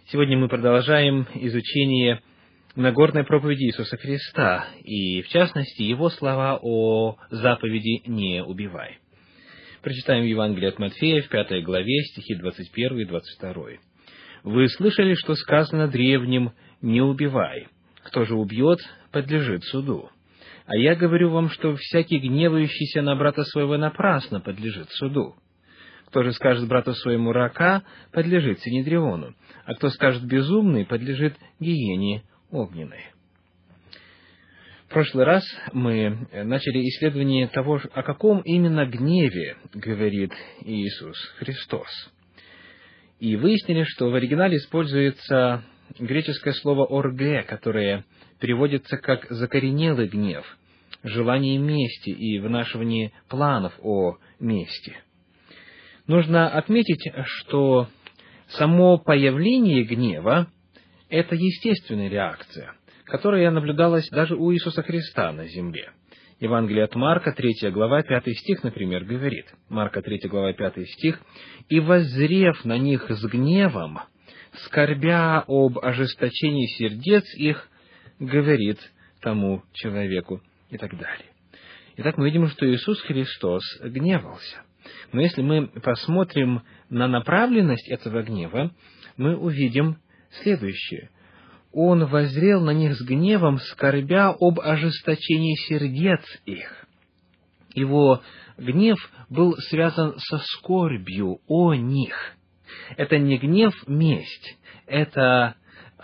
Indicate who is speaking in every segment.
Speaker 1: Сегодня мы продолжаем изучение Нагорной проповеди Иисуса Христа, и, в частности, Его слова о заповеди «Не убивай». Прочитаем Евангелие от Матфея в 5 главе, стихи 21 и 22. «Вы слышали, что сказано древним: не убивай. Кто же убьет, подлежит суду. А я говорю вам, что всякий гневающийся на брата своего напрасно подлежит суду. Кто же скажет брату своему рака, подлежит синедриону, а кто скажет безумный, подлежит гиене огненной». В прошлый раз мы начали исследование того, о каком именно гневе говорит Иисус Христос. И выяснили, что в оригинале используется греческое слово «орге», которое переводится как «закоренелый гнев», желание мести и вынашивание планов о мести. Нужно отметить, что само появление гнева – это естественная реакция, которая наблюдалась даже у Иисуса Христа на земле. Евангелие от Марка, 3 глава, 5 стих, например, говорит, Марка 3 глава, 5 стих, «И воззрев на них с гневом, скорбя об ожесточении сердец их, говорит тому человеку», и так далее. Итак, мы видим, что Иисус Христос гневался. Но если мы посмотрим на направленность этого гнева, мы увидим следующее. Он воззрел на них с гневом, скорбя об ожесточении сердец их. Его гнев был связан со скорбью о них. Это не гнев-месть, это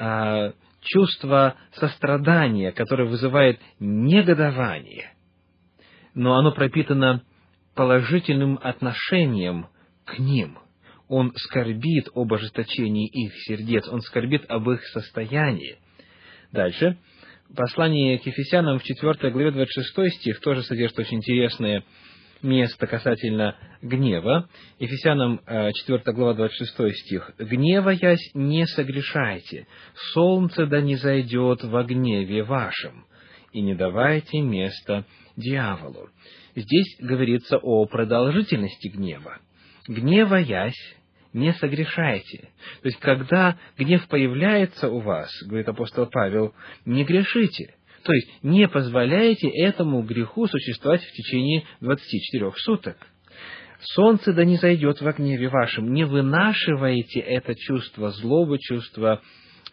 Speaker 1: чувство сострадания, которое вызывает негодование, но оно пропитано положительным отношением к ним. Он скорбит об ожесточении их сердец, он скорбит об их состоянии. Дальше, послание к Ефесянам в 4 главе 26 стих тоже содержит очень интересное место касательно гнева. Ефесянам 4 глава 26 стих. «Гневаясь, не согрешайте, солнце да не зайдет во гневе вашем, и не давайте места дьяволу». Здесь говорится о продолжительности гнева. «Гневаясь, не согрешайте». То есть, когда гнев появляется у вас, говорит апостол Павел, не грешите. То есть, не позволяйте этому греху существовать в течение 24 суток. «Солнце да не зайдет во гневе вашем». Не вынашивайте это чувство злобы, чувство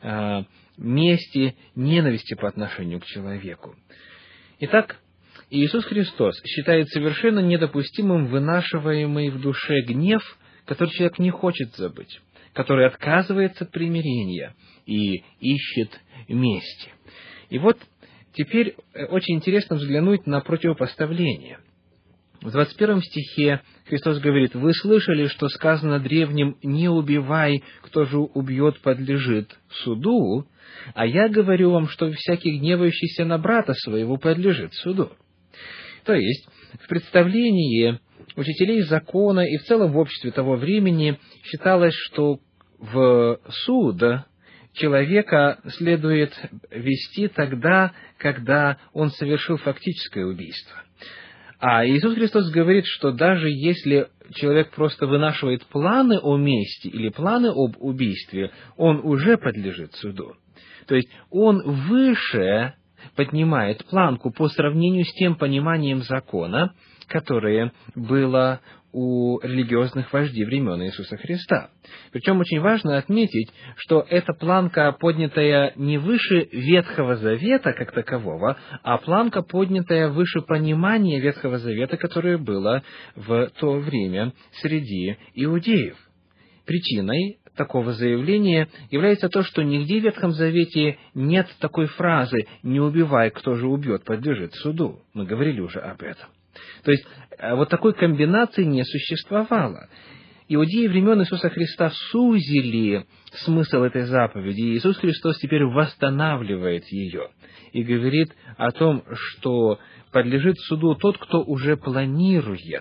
Speaker 1: мести, ненависти по отношению к человеку. Итак, Иисус Христос считает совершенно недопустимым вынашиваемый в душе гнев, который человек не хочет забыть, который отказывается от примирения и ищет мести. И вот теперь очень интересно взглянуть на противопоставление. В 21 стихе Христос говорит: «Вы слышали, что сказано древним: не убивай, кто же убьет, подлежит суду, а я говорю вам, что всякий гневающийся на брата своего подлежит суду». То есть, в представлении учителей закона и в целом в обществе того времени считалось, что в суд человека следует вести тогда, когда он совершил фактическое убийство. А Иисус Христос говорит, что даже если человек просто вынашивает планы о мести или планы об убийстве, он уже подлежит суду. То есть, он выше поднимает планку по сравнению с тем пониманием закона, которое было у религиозных вождей времен Иисуса Христа. Причем очень важно отметить, что эта планка, поднятая не выше Ветхого Завета как такового, а планка, поднятая выше понимания Ветхого Завета, которое было в то время среди иудеев. Причиной такого заявления является то, что нигде в Ветхом Завете нет такой фразы «не убивай, кто же убьет, подлежит суду». Мы говорили уже об этом. То есть, вот такой комбинации не существовало. Иудеи времен Иисуса Христа сузили смысл этой заповеди, и Иисус Христос теперь восстанавливает ее и говорит о том, что подлежит суду тот, кто уже планирует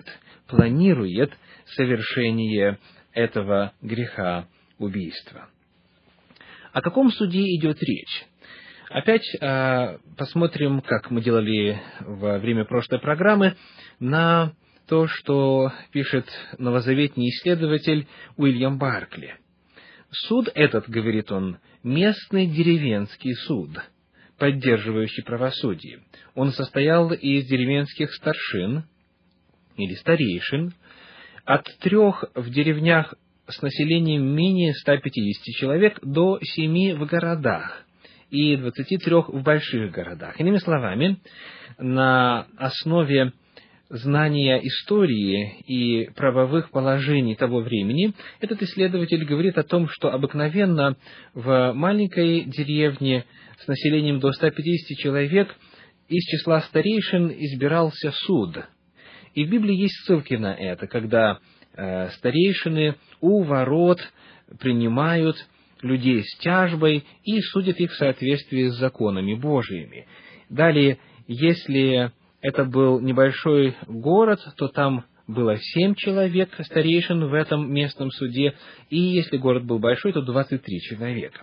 Speaker 1: совершение этого греха убийства. О каком суде идет речь? Опять посмотрим, как мы делали во время прошлой программы, на то, что пишет новозаветний исследователь Уильям Баркли. Суд этот, говорит он, местный деревенский суд, поддерживающий правосудие. Он состоял из деревенских старшин или старейшин, от 3 в деревнях с населением менее 150 человек до 7 в городах и 23 в больших городах. Иными словами, на основе знания истории и правовых положений того времени, этот исследователь говорит о том, что обыкновенно в маленькой деревне с населением до 150 человек из числа старейшин избирался суд. И в Библии есть ссылки на это, когда старейшины у ворот принимают людей с тяжбой и судят их в соответствии с законами Божиими. Далее, если это был небольшой город, то там было 7 человек, старейшин в этом местном суде, и если город был большой, то 23 человека.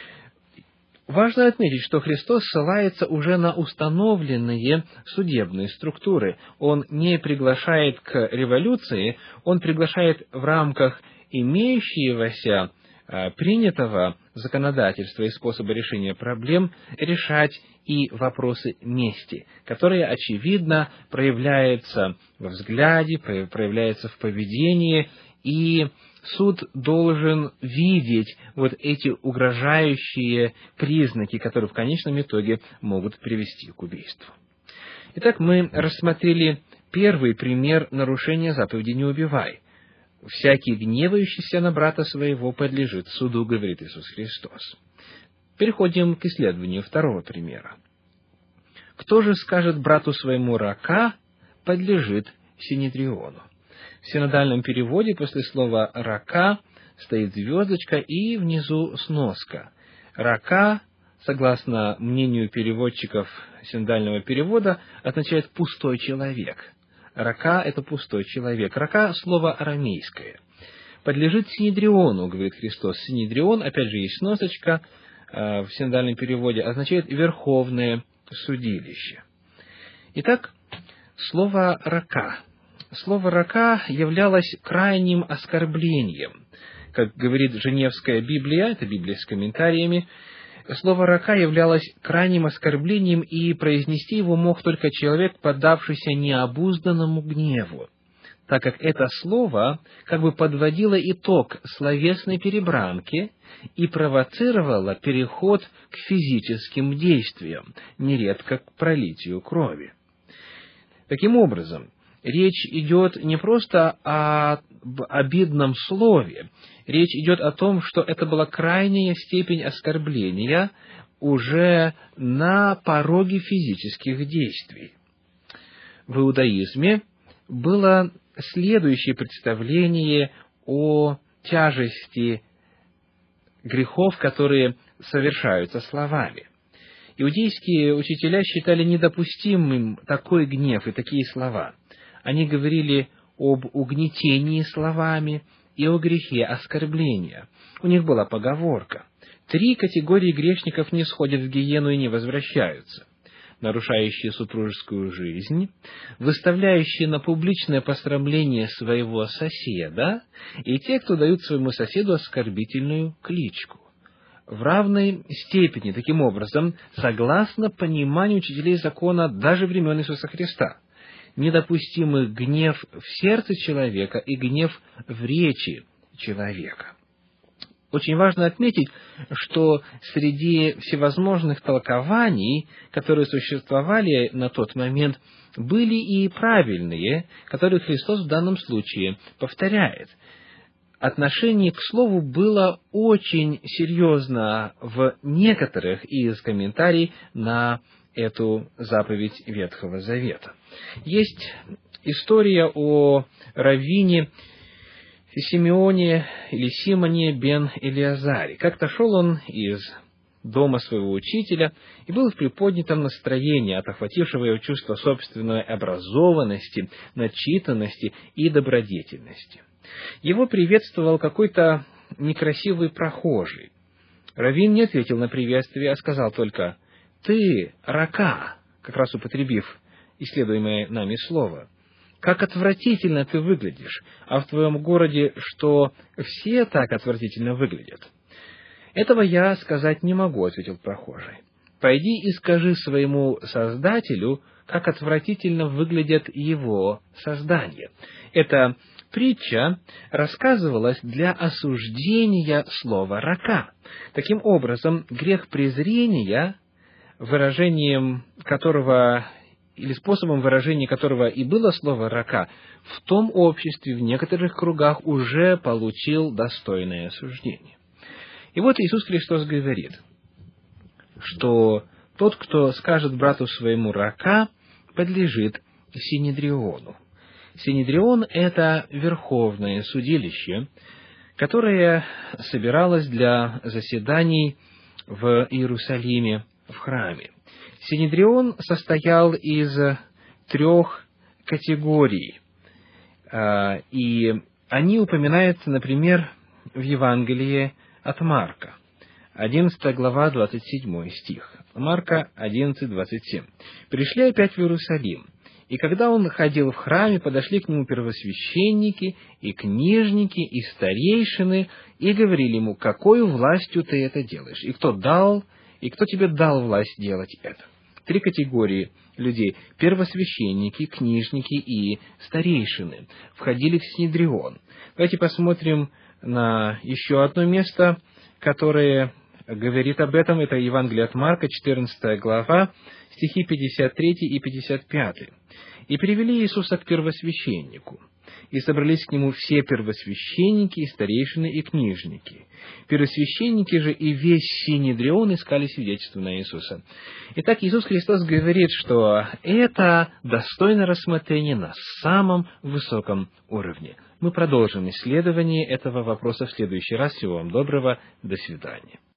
Speaker 1: Важно отметить, что Христос ссылается уже на установленные судебные структуры. Он не приглашает к революции, он приглашает в рамках имеющегося принятого законодательства и способа решения проблем решать и вопросы мести, которые, очевидно, проявляются во взгляде, проявляются в поведении, и суд должен видеть вот эти угрожающие признаки, которые в конечном итоге могут привести к убийству. Итак, мы рассмотрели первый пример нарушения заповеди «Не убивай». «Всякий гневающийся на брата своего подлежит суду», говорит Иисус Христос. Переходим к исследованию второго примера. «Кто же скажет брату своему рака, подлежит синедриону». В синодальном переводе после слова «рака» стоит звездочка и внизу сноска. Рака, согласно мнению переводчиков синодального перевода, означает «пустой человек». Рака — это пустой человек. Рака — слово арамейское. Подлежит синедриону, говорит Христос. Синедрион, опять же, есть сносочка в синодальном переводе, означает «верховное судилище». Итак, слово «рака». Слово «рака» являлось крайним оскорблением. Как говорит Женевская Библия, это Библия с комментариями, слово «рака» являлось крайним оскорблением, и произнести его мог только человек, поддавшийся необузданному гневу, так как это слово как бы подводило итог словесной перебранке и провоцировало переход к физическим действиям, нередко к пролитию крови. Таким образом, речь идет не просто об обидном слове, речь идет о том, что это была крайняя степень оскорбления уже на пороге физических действий. В иудаизме было следующее представление о тяжести грехов, которые совершаются словами. Иудейские учителя считали недопустимым такой гнев и такие слова. Они говорили об угнетении словами и о грехе оскорбления. У них была поговорка: 3 категории грешников не сходят в гиену и не возвращаются: нарушающие супружескую жизнь, выставляющие на публичное посрамление своего соседа, и те, кто дают своему соседу оскорбительную кличку. В равной степени, таким образом, согласно пониманию учителей закона даже времен Иисуса Христа, недопустимы гнев в сердце человека и гнев в речи человека. Очень важно отметить, что среди всевозможных толкований, которые существовали на тот момент, были и правильные, которые Христос в данном случае повторяет. Отношение к слову было очень серьезно в некоторых из комментариев на эту заповедь Ветхого Завета. Есть история о раввине Симеоне или Симоне бен Элиазаре. Как-то шел он из дома своего учителя и был в приподнятом настроении от охватившего его чувства собственной образованности, начитанности и добродетельности. Его приветствовал какой-то некрасивый прохожий. Раввин не ответил на приветствие, а сказал только: «Ты рака», как раз употребив исследуемое нами слово. как отвратительно ты выглядишь, а в твоем городе, что все так отвратительно выглядят». «Этого я сказать не могу», — ответил прохожий. «Пойди и скажи своему Создателю, как отвратительно выглядят его создания». Эта притча рассказывалась для осуждения слова «рака». Таким образом, грех презрения, выражением которого или способом выражения которого и было слово «рака», в том обществе, в некоторых кругах уже получил достойное осуждение. И вот Иисус Христос говорит, что тот, кто скажет брату своему «рака», подлежит Синедриону. Синедрион — это верховное судилище, которое собиралось для заседаний в Иерусалиме, в храме. Синедрион состоял из 3 категорий, и они упоминаются, например, в Евангелии от Марка, 11 глава, 27 стих. Марка 11, 27. «Пришли опять в Иерусалим, и когда он ходил в храме, подошли к нему первосвященники и книжники и старейшины, и говорили ему: какою властью ты это делаешь? И кто тебе дал власть делать это?» 3 категории людей: первосвященники, книжники и старейшины входили в Синедрион. Давайте посмотрим на еще одно место, которое говорит об этом. Это Евангелие от Марка, 14 глава, стихи 53 и 55. «И привели Иисуса к первосвященнику, и собрались к нему все первосвященники, и старейшины, и книжники. Первосвященники же и весь Синедрион искали свидетельства на Иисуса». Итак, Иисус Христос говорит, что это достойно рассмотрения на самом высоком уровне. Мы продолжим исследование этого вопроса в следующий раз. Всего вам доброго. До свидания.